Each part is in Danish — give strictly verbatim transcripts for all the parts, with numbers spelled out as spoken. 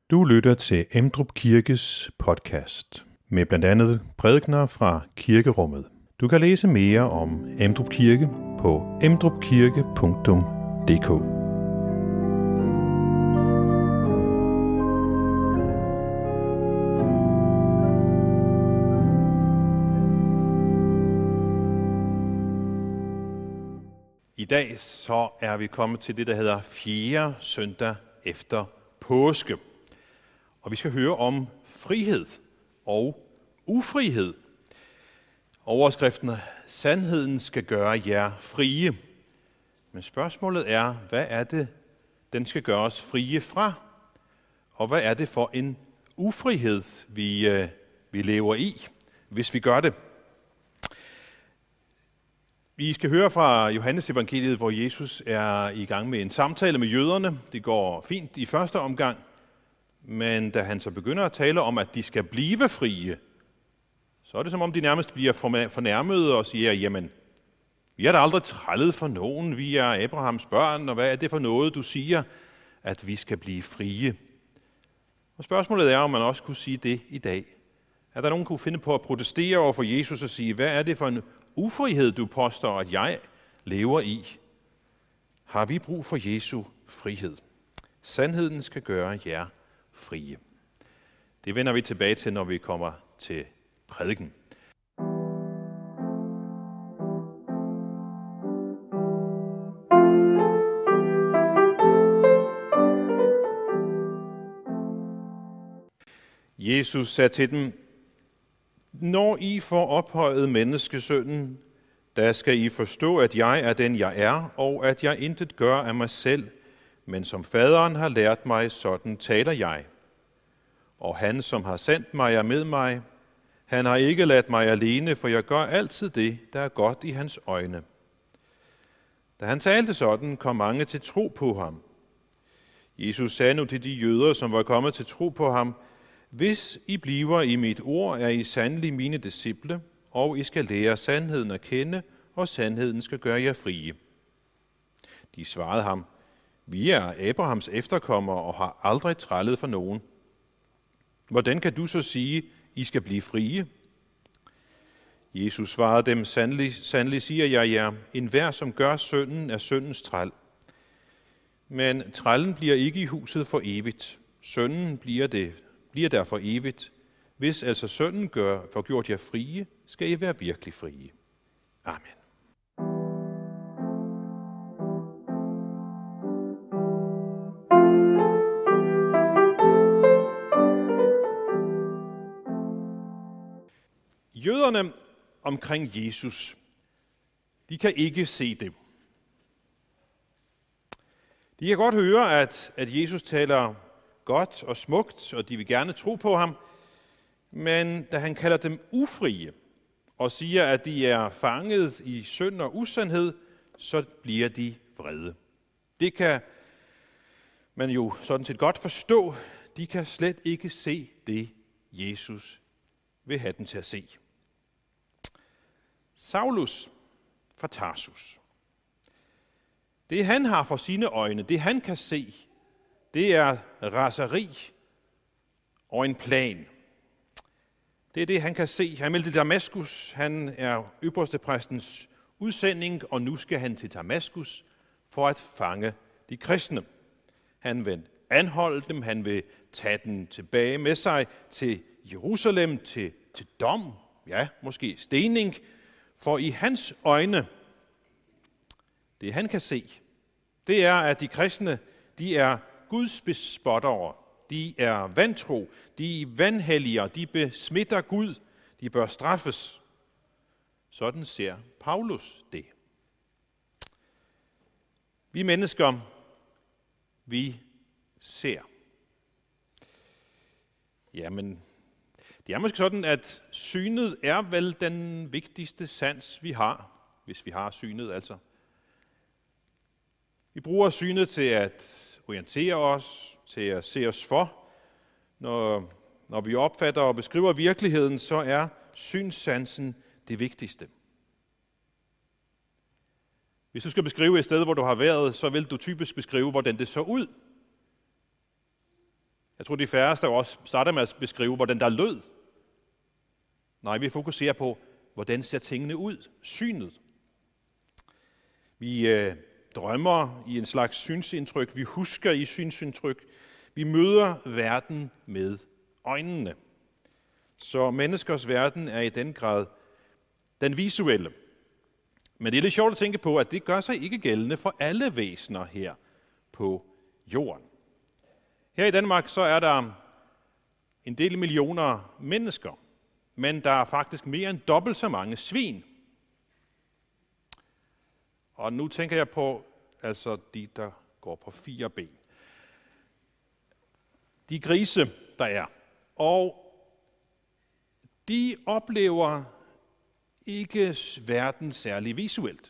Du lytter til Emdrup Kirkes podcast med blandt andet prædikener fra kirkerummet. Du kan læse mere om Emdrup Kirke på emdrupkirke punktum d k. I dag så er vi kommet til det, der hedder fjerde søndag efter påske. Og vi skal høre om frihed og ufrihed. Overskriften er, sandheden skal gøre jer frie. Men spørgsmålet er, hvad er det, den skal gøre os frie fra? Og hvad er det for en ufrihed, vi, øh, vi lever i, hvis vi gør det? Vi skal høre fra Johannes evangeliet, hvor Jesus er i gang med en samtale med jøderne. Det går fint i første omgang. Men da han så begynder at tale om, at de skal blive frie, så er det som om de nærmest bliver fornærmede og siger, jamen, vi har da aldrig trællet for nogen, vi er Abrahams børn, og hvad er det for noget, du siger, at vi skal blive frie? Og spørgsmålet er, om man også kunne sige det i dag. Er der nogen, der kunne finde på at protestere over for Jesus og sige, hvad er det for en ufrihed, du påstår, at jeg lever i? Har vi brug for Jesu frihed? Sandheden skal gøre jer frie. Det vender vi tilbage til, når vi kommer til prædiken. Jesus sagde til dem, når I får ophøjet menneskesønnen, der skal I forstå, at jeg er den, jeg er, og at jeg intet gør af mig selv, men som faderen har lært mig, sådan taler jeg. Og han, som har sendt mig, er med mig. Han har ikke ladt mig alene, for jeg gør altid det, der er godt i hans øjne. Da han talte sådan, kom mange til tro på ham. Jesus sagde nu til de jøder, som var kommet til tro på ham, hvis I bliver i mit ord, er I sandelig mine disciple, og I skal lære sandheden at kende, og sandheden skal gøre jer frie. De svarede ham, vi er Abrahams efterkommere og har aldrig trællet for nogen. Hvordan kan du så sige, I skal blive frie? Jesus svarede dem, sandelig, sandelig siger jeg jer, enhver som gør synden er syndens træl. Men trællen bliver ikke i huset for evigt. Synden bliver, det, bliver der for evigt. Hvis altså synden gør, får gjort jer frie, skal I være virkelig frie. Amen. Jøderne omkring Jesus, de kan ikke se det. De kan godt høre, at, at Jesus taler godt og smukt, og de vil gerne tro på ham. Men da han kalder dem ufrie og siger, at de er fanget i synd og usandhed, så bliver de vrede. Det kan man jo sådan set godt forstå. De kan slet ikke se det, Jesus vil have dem til at se. Saulus fra Tarsus. Det han har for sine øjne, det han kan se, det er raseri og en plan. Det er det, han kan se. Han meldte Damaskus. Han er ypperstepræstens udsending, og nu skal han til Damaskus for at fange de kristne. Han vil anholde dem, han vil tage dem tilbage med sig til Jerusalem, til, til dom, ja, måske stening, for i hans øjne, det han kan se, det er, at de kristne, de er Guds bespottere, de er vantro, de er vanhelligere, de besmitter Gud, de bør straffes. Sådan ser Paulus det. Vi mennesker, vi ser. Jamen, det er måske sådan, at synet er vel den vigtigste sans, vi har, hvis vi har synet altså. Vi bruger synet til at orientere os, til at se os for. Når, når vi opfatter og beskriver virkeligheden, så er synssansen det vigtigste. Hvis du skal beskrive et sted, hvor du har været, så vil du typisk beskrive, hvordan det så ud. Jeg tror, de færreste også starter med at beskrive, hvordan der lød. Nej, vi fokuserer på, hvordan ser tingene ud, synet. Vi øh, drømmer i en slags synsindtryk, vi husker i synsindtryk, vi møder verden med øjnene. Så menneskers verden er i den grad den visuelle. Men det er lidt sjovt at tænke på, at det gør sig ikke gældende for alle væsener her på jorden. Her i Danmark så er der en del millioner mennesker, men der er faktisk mere end dobbelt så mange svin. Og nu tænker jeg på altså de, der går på fire ben. De grise, der er. Og de oplever ikke verden særlig visuelt.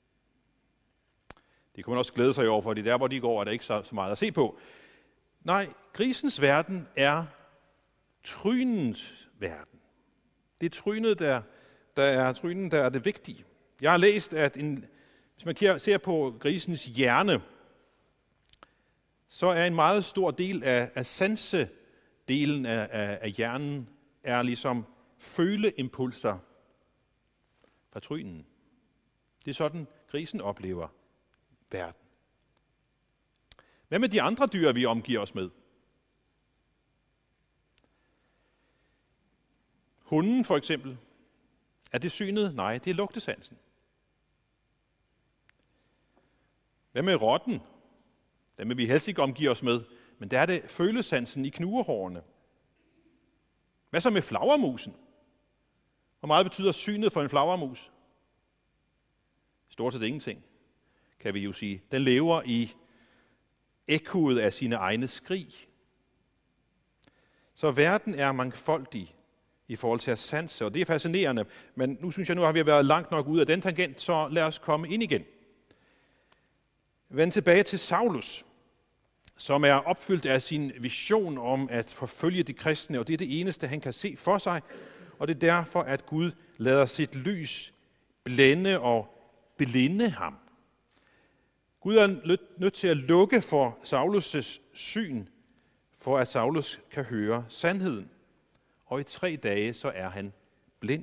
Det kunne man også glæde sig over, for der, hvor de går, er der ikke så, så meget at se på. Nej, grisens verden er trynens verden. Det er trynet, der, der er trynen, der er det vigtige. Jeg har læst, at en, hvis man ser på grisens hjerne, så er en meget stor del af, af sansedelen af, af, af hjernen er ligesom føleimpulser fra trynen. Det er sådan, grisen oplever verden. Hvad med de andre dyr, vi omgiver os med? Hunden for eksempel. Er det synet? Nej, det er lugtesansen. Hvad med rotten? Den vil vi helst ikke omgive os med, men der er det følesansen i knurrehårene. Hvad så med flagermusen? Hvor meget betyder synet for en flagermus? Stort set ingenting, kan vi jo sige. Den lever i ekkoet af sine egne skrig. Så verden er mangfoldig i forhold til at sanse, og det er fascinerende. Men nu synes jeg, nu har vi været langt nok ud af den tangent, så lad os komme ind igen. Vend tilbage til Saulus, som er opfyldt af sin vision om at forfølge de kristne, og det er det eneste, han kan se for sig. Og det er derfor, at Gud lader sit lys blænde og blinde ham. Gud er nødt til at lukke for Saulus' syn, for at Saulus kan høre sandheden. Og i tre dage, så er han blind.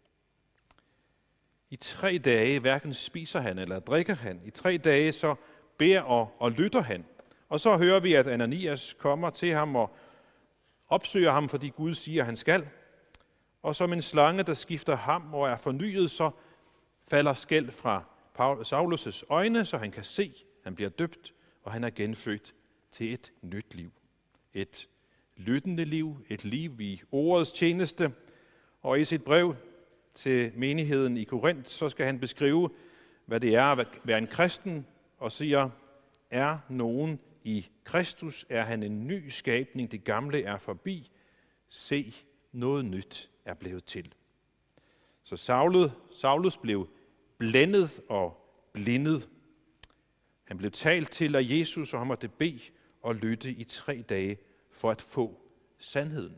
I tre dage hverken spiser han eller drikker han. I tre dage så beder og, og lytter han. Og så hører vi, at Ananias kommer til ham og opsøger ham, fordi Gud siger, at han skal. Og som en slange, der skifter ham og er fornyet, så falder skæld fra Saulus' øjne, så han kan se, han bliver døbt, og han er genfødt til et nyt liv. Et lyttende liv, et liv i ordets tjeneste. Og i sit brev til menigheden i Korinth, så skal han beskrive, hvad det er at være en kristen, og siger, er nogen i Kristus, er han en ny skabning, det gamle er forbi, se, noget nyt er blevet til. Så Saulus, Saulus blev blændet og blindet. Han blev talt til af Jesus, og han måtte bede og lytte i tre dage for at få sandheden.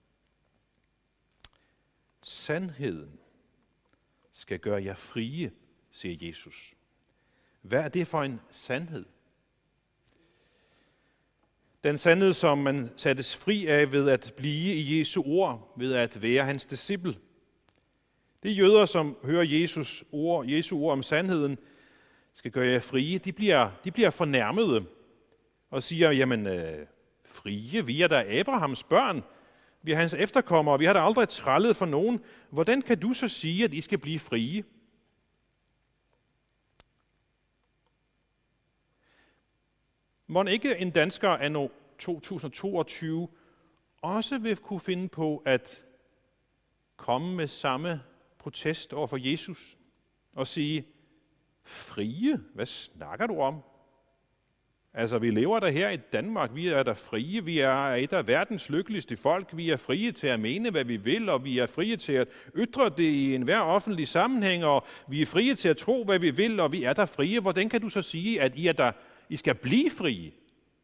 Sandheden skal gøre jer frie, siger Jesus. Hvad er det for en sandhed? Den sandhed, som man sattes fri af ved at blive i Jesu ord, ved at være hans disciple. De jøder, som hører Jesus ord, Jesu ord om sandheden, skal gøre jer frie, de bliver, de bliver fornærmede og siger, jamen øh, frie, vi er da Abrahams børn, vi er hans efterkommere, vi har da aldrig trællet for nogen. Hvordan kan du så sige, at I skal blive frie? Må ikke en dansker anno to tusind toogtyve også vil kunne finde på at komme med samme protest over for Jesus og sige, frie? Hvad snakker du om? Altså, vi lever der her i Danmark, vi er der frie, vi er et af verdens lykkeligste folk, vi er frie til at mene, hvad vi vil, og vi er frie til at ytre det i enhver offentlig sammenhæng, og vi er frie til at tro, hvad vi vil, og vi er der frie. Hvordan kan du så sige, at I, er der, I skal blive frie?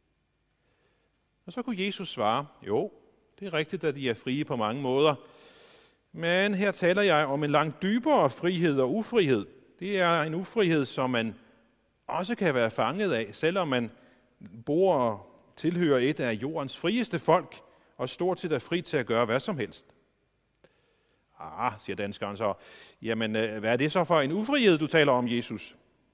Og så kunne Jesus svare, jo, det er rigtigt, at I er frie på mange måder, men her taler jeg om en langt dybere frihed og ufrihed. Det er en ufrihed, som man også kan være fanget af, selvom man bor tilhører et af jordens frieste folk, og stort set er fri til at gøre hvad som helst. Ah, siger danskeren så. Jamen, hvad er det så for en ufrihed, du taler om, Jesus?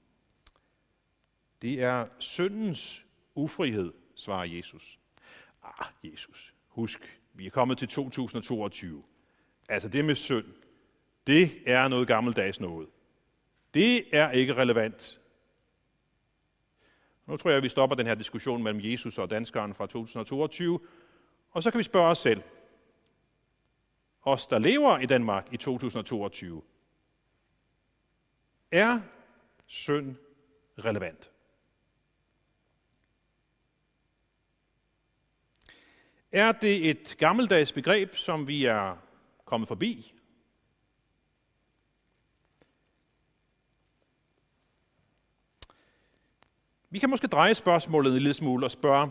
Det er syndens ufrihed, svarer Jesus. Ah, Jesus, husk, vi er kommet til to tusind og toogtyve. Altså det med synd, det er noget gammeldags noget. Det er ikke relevant. Nu tror jeg, at vi stopper den her diskussion mellem Jesus og danskeren fra to tusind og toogtyve, og så kan vi spørge os selv. Os, der lever i Danmark i to tusind og toogtyve. Er synd relevant? Er det et gammeldags begreb, som vi er kommet forbi? Vi kan måske dreje spørgsmålet en lille smule og spørge,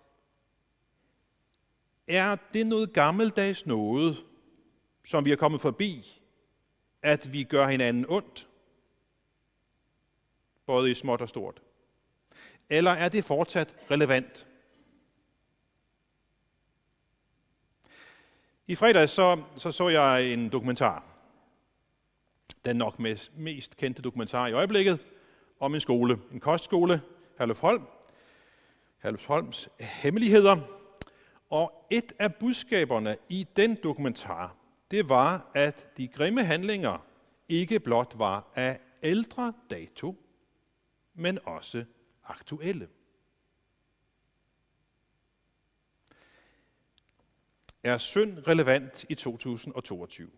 er det noget gammeldags noget, som vi er kommet forbi, at vi gør hinanden ondt, både i småt og stort? Eller er det fortsat relevant? I fredags så, så, så jeg en dokumentar, den nok mest kendte dokumentar i øjeblikket, om en skole, en kostskole, Herlufsholm, Herlufsholms hemmeligheder. Og et af budskaberne i den dokumentar, det var, at de grimme handlinger ikke blot var af ældre dato, men også aktuelle. Er synd relevant i to tusind og toogtyve?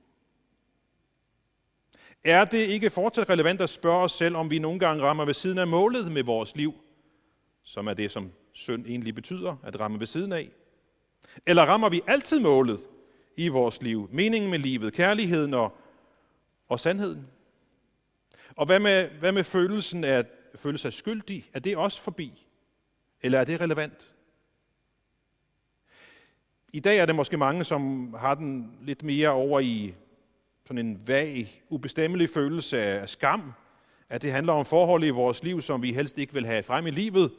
Er det ikke fortsat relevant at spørge os selv, om vi nogle gange rammer ved siden af målet med vores liv, som er det, som synd egentlig betyder, at ramme ved siden af? Eller rammer vi altid målet i vores liv, meningen med livet, kærligheden og, og sandheden? Og hvad med, hvad med følelsen af at føle sig skyldig? Er det også forbi? Eller er det relevant? I dag er det måske mange, som har den lidt mere over i sådan en vag, ubestemmelig følelse af skam, at det handler om forhold i vores liv, som vi helst ikke vil have frem i livet.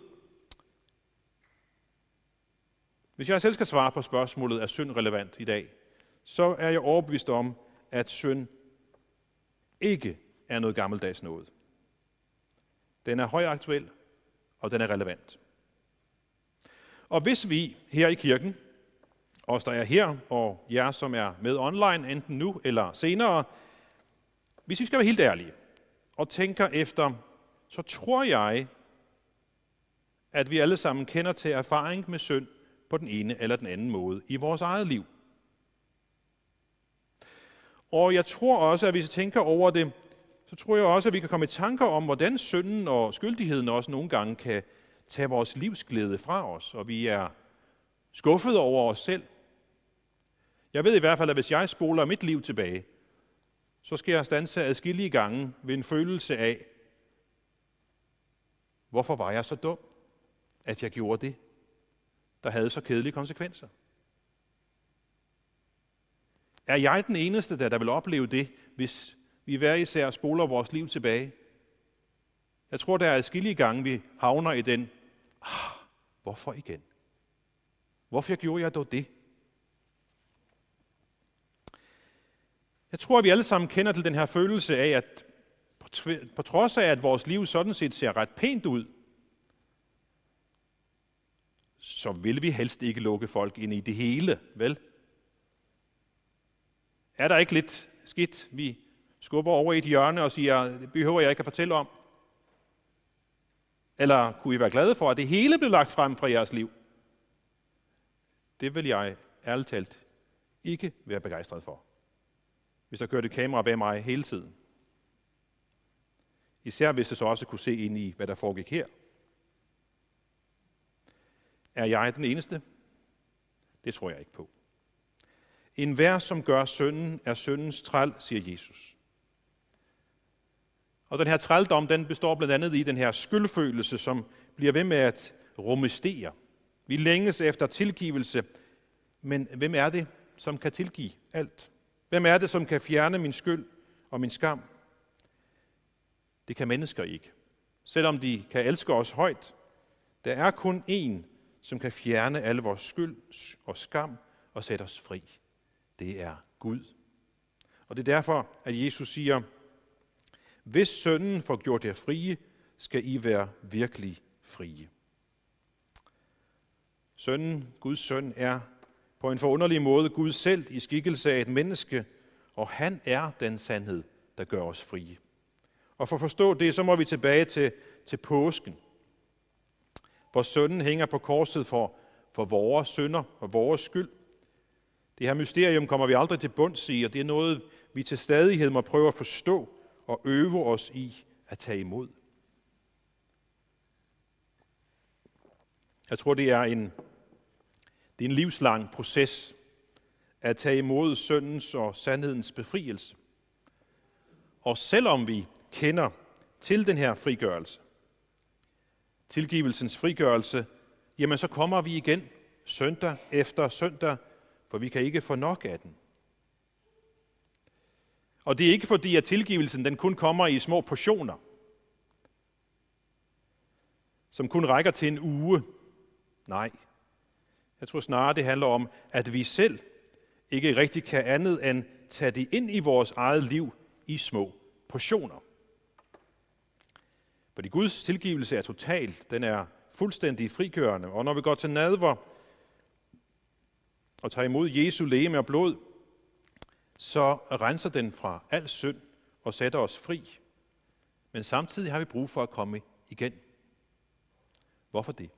Hvis jeg selv skal svare på spørgsmålet, er synd relevant i dag, så er jeg overbevist om, at synd ikke er noget gammeldags noget. Den er højaktuel, og den er relevant. Og hvis vi her i kirken, os der er her, og jer som er med online, enten nu eller senere, hvis vi skal være helt ærlige og tænker efter, så tror jeg, at vi alle sammen kender til erfaring med synd på den ene eller den anden måde i vores eget liv. Og jeg tror også, at hvis vi tænker over det, så tror jeg også, at vi kan komme i tanker om, hvordan synden og skyldigheden også nogle gange kan tage vores livsglæde fra os, og vi er skuffet over os selv. Jeg ved i hvert fald, at hvis jeg spoler mit liv tilbage, så skal jeg standse adskillige gange ved en følelse af, hvorfor var jeg så dum, at jeg gjorde det, der havde så kedelige konsekvenser? Er jeg den eneste, der, der vil opleve det, hvis vi hver især spoler vores liv tilbage? Jeg tror, der er adskillige gange, vi havner i den, ah, hvorfor igen? Hvorfor gjorde jeg dog det? Jeg tror, at vi alle sammen kender til den her følelse af, at på trods af, at vores liv sådan set ser ret pænt ud, så vil vi helst ikke lukke folk ind i det hele, vel? Er der ikke lidt skidt, vi skubber over i et hjørne og siger, det behøver jeg ikke at fortælle om? Eller kunne I være glade for, at det hele blev lagt frem fra jeres liv? Det vil jeg ærligt talt ikke være begejstret for, hvis der kørte et kamera bag mig hele tiden. Især hvis jeg så også kunne se ind i, hvad der foregik her. Er jeg den eneste? Det tror jeg ikke på. Enhver, som gør synden, er syndens træl, siger Jesus. Og den her trældom, den består blandt andet i den her skyldfølelse, som bliver ved med at rumestere. Vi længes efter tilgivelse, men hvem er det, som kan tilgive alt? Hvem er det, som kan fjerne min skyld og min skam? Det kan mennesker ikke. Selvom de kan elske os højt, der er kun én, som kan fjerne alle vores skyld og skam og sætte os fri. Det er Gud. Og det er derfor, at Jesus siger, hvis Sønnen får gjort jer frie, skal I være virkelig frie. Sønnen, Guds søn, er på en forunderlig måde Gud selv i skikkelse af et menneske, og han er den sandhed, der gør os frie. Og for at forstå det, så må vi tilbage til, til påsken, hvor sønnen hænger på korset for, for vores synder og vores skyld. Det her mysterium kommer vi aldrig til bunds i, og det er noget, vi til stadighed må prøve at forstå og øve os i at tage imod. Jeg tror, det er en, det er en livslang proces at tage imod syndens og sandhedens befrielse. Og selvom vi kender til den her frigørelse, tilgivelsens frigørelse, jamen så kommer vi igen søndag efter søndag, for vi kan ikke få nok af den. Og det er ikke fordi, at tilgivelsen den kun kommer i små portioner, som kun rækker til en uge. Nej, jeg tror snarere, det handler om, at vi selv ikke rigtig kan andet end tage det ind i vores eget liv i små portioner. Fordi Guds tilgivelse er total, den er fuldstændig frigørende. Og når vi går til nadver og tager imod Jesu legeme og blod, så renser den fra al synd og sætter os fri. Men samtidig har vi brug for at komme igen. Hvorfor det?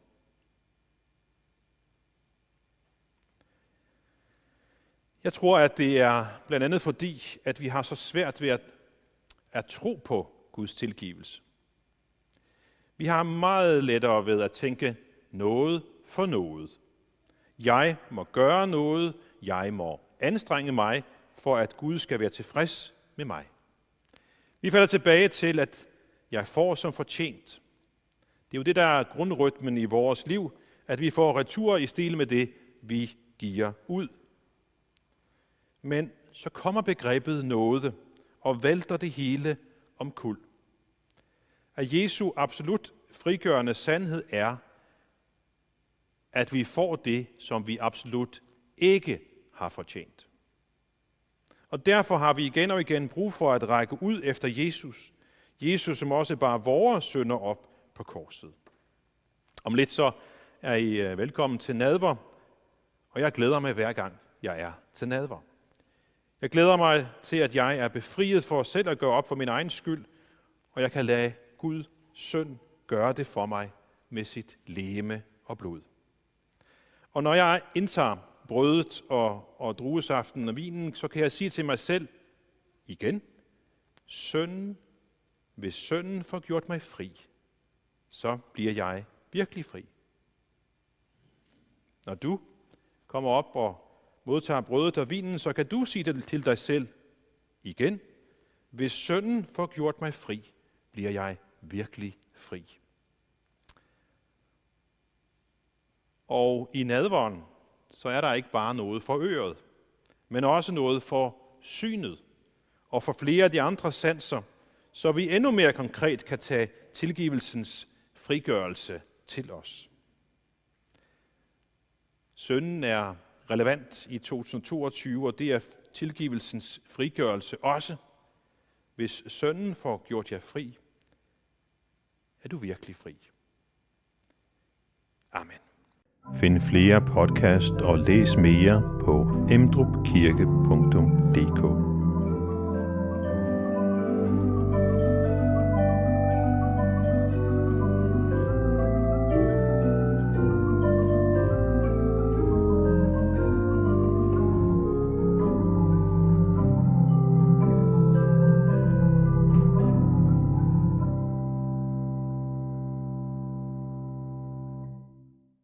Jeg tror, at det er blandt andet fordi, at vi har så svært ved at, at tro på Guds tilgivelse. Vi har meget lettere ved at tænke noget for noget. Jeg må gøre noget, jeg må anstrenge mig, for at Gud skal være tilfreds med mig. Vi falder tilbage til, at jeg får som fortjent. Det er jo det, der er grundrytmen i vores liv, at vi får retur i stil med det, vi giver ud. Men så kommer begrebet nåde og vælter det hele omkuld. At Jesu absolut frigørende sandhed er, at vi får det, som vi absolut ikke har fortjent. Og derfor har vi igen og igen brug for at række ud efter Jesus. Jesus, som også bar vores synder op på korset. Om lidt så er I velkommen til nadver, og jeg glæder mig hver gang, jeg er til nadver. Jeg glæder mig til, at jeg er befriet for selv at gøre op for min egen skyld, og jeg kan lade Gud søn gøre det for mig med sit legeme og blod. Og når jeg indtager brødet og, og druesaften og vinen, så kan jeg sige til mig selv igen, sønnen, hvis sønnen får gjort mig fri, så bliver jeg virkelig fri. Når du kommer op og modtager brødet og vinen, så kan du sige det til dig selv igen, hvis sønnen får gjort mig fri, bliver jeg virkelig fri. Og i nadveren, så er der ikke bare noget for øret, men også noget for synet og for flere af de andre sanser, så vi endnu mere konkret kan tage tilgivelsens frigørelse til os. Synden er relevant i to tusind toogtyve, og det er tilgivelsens frigørelse også. Hvis sønnen får gjort jer fri, er du virkelig fri. Amen. Find flere podcast og læs mere på emdrupkirke punktum d k.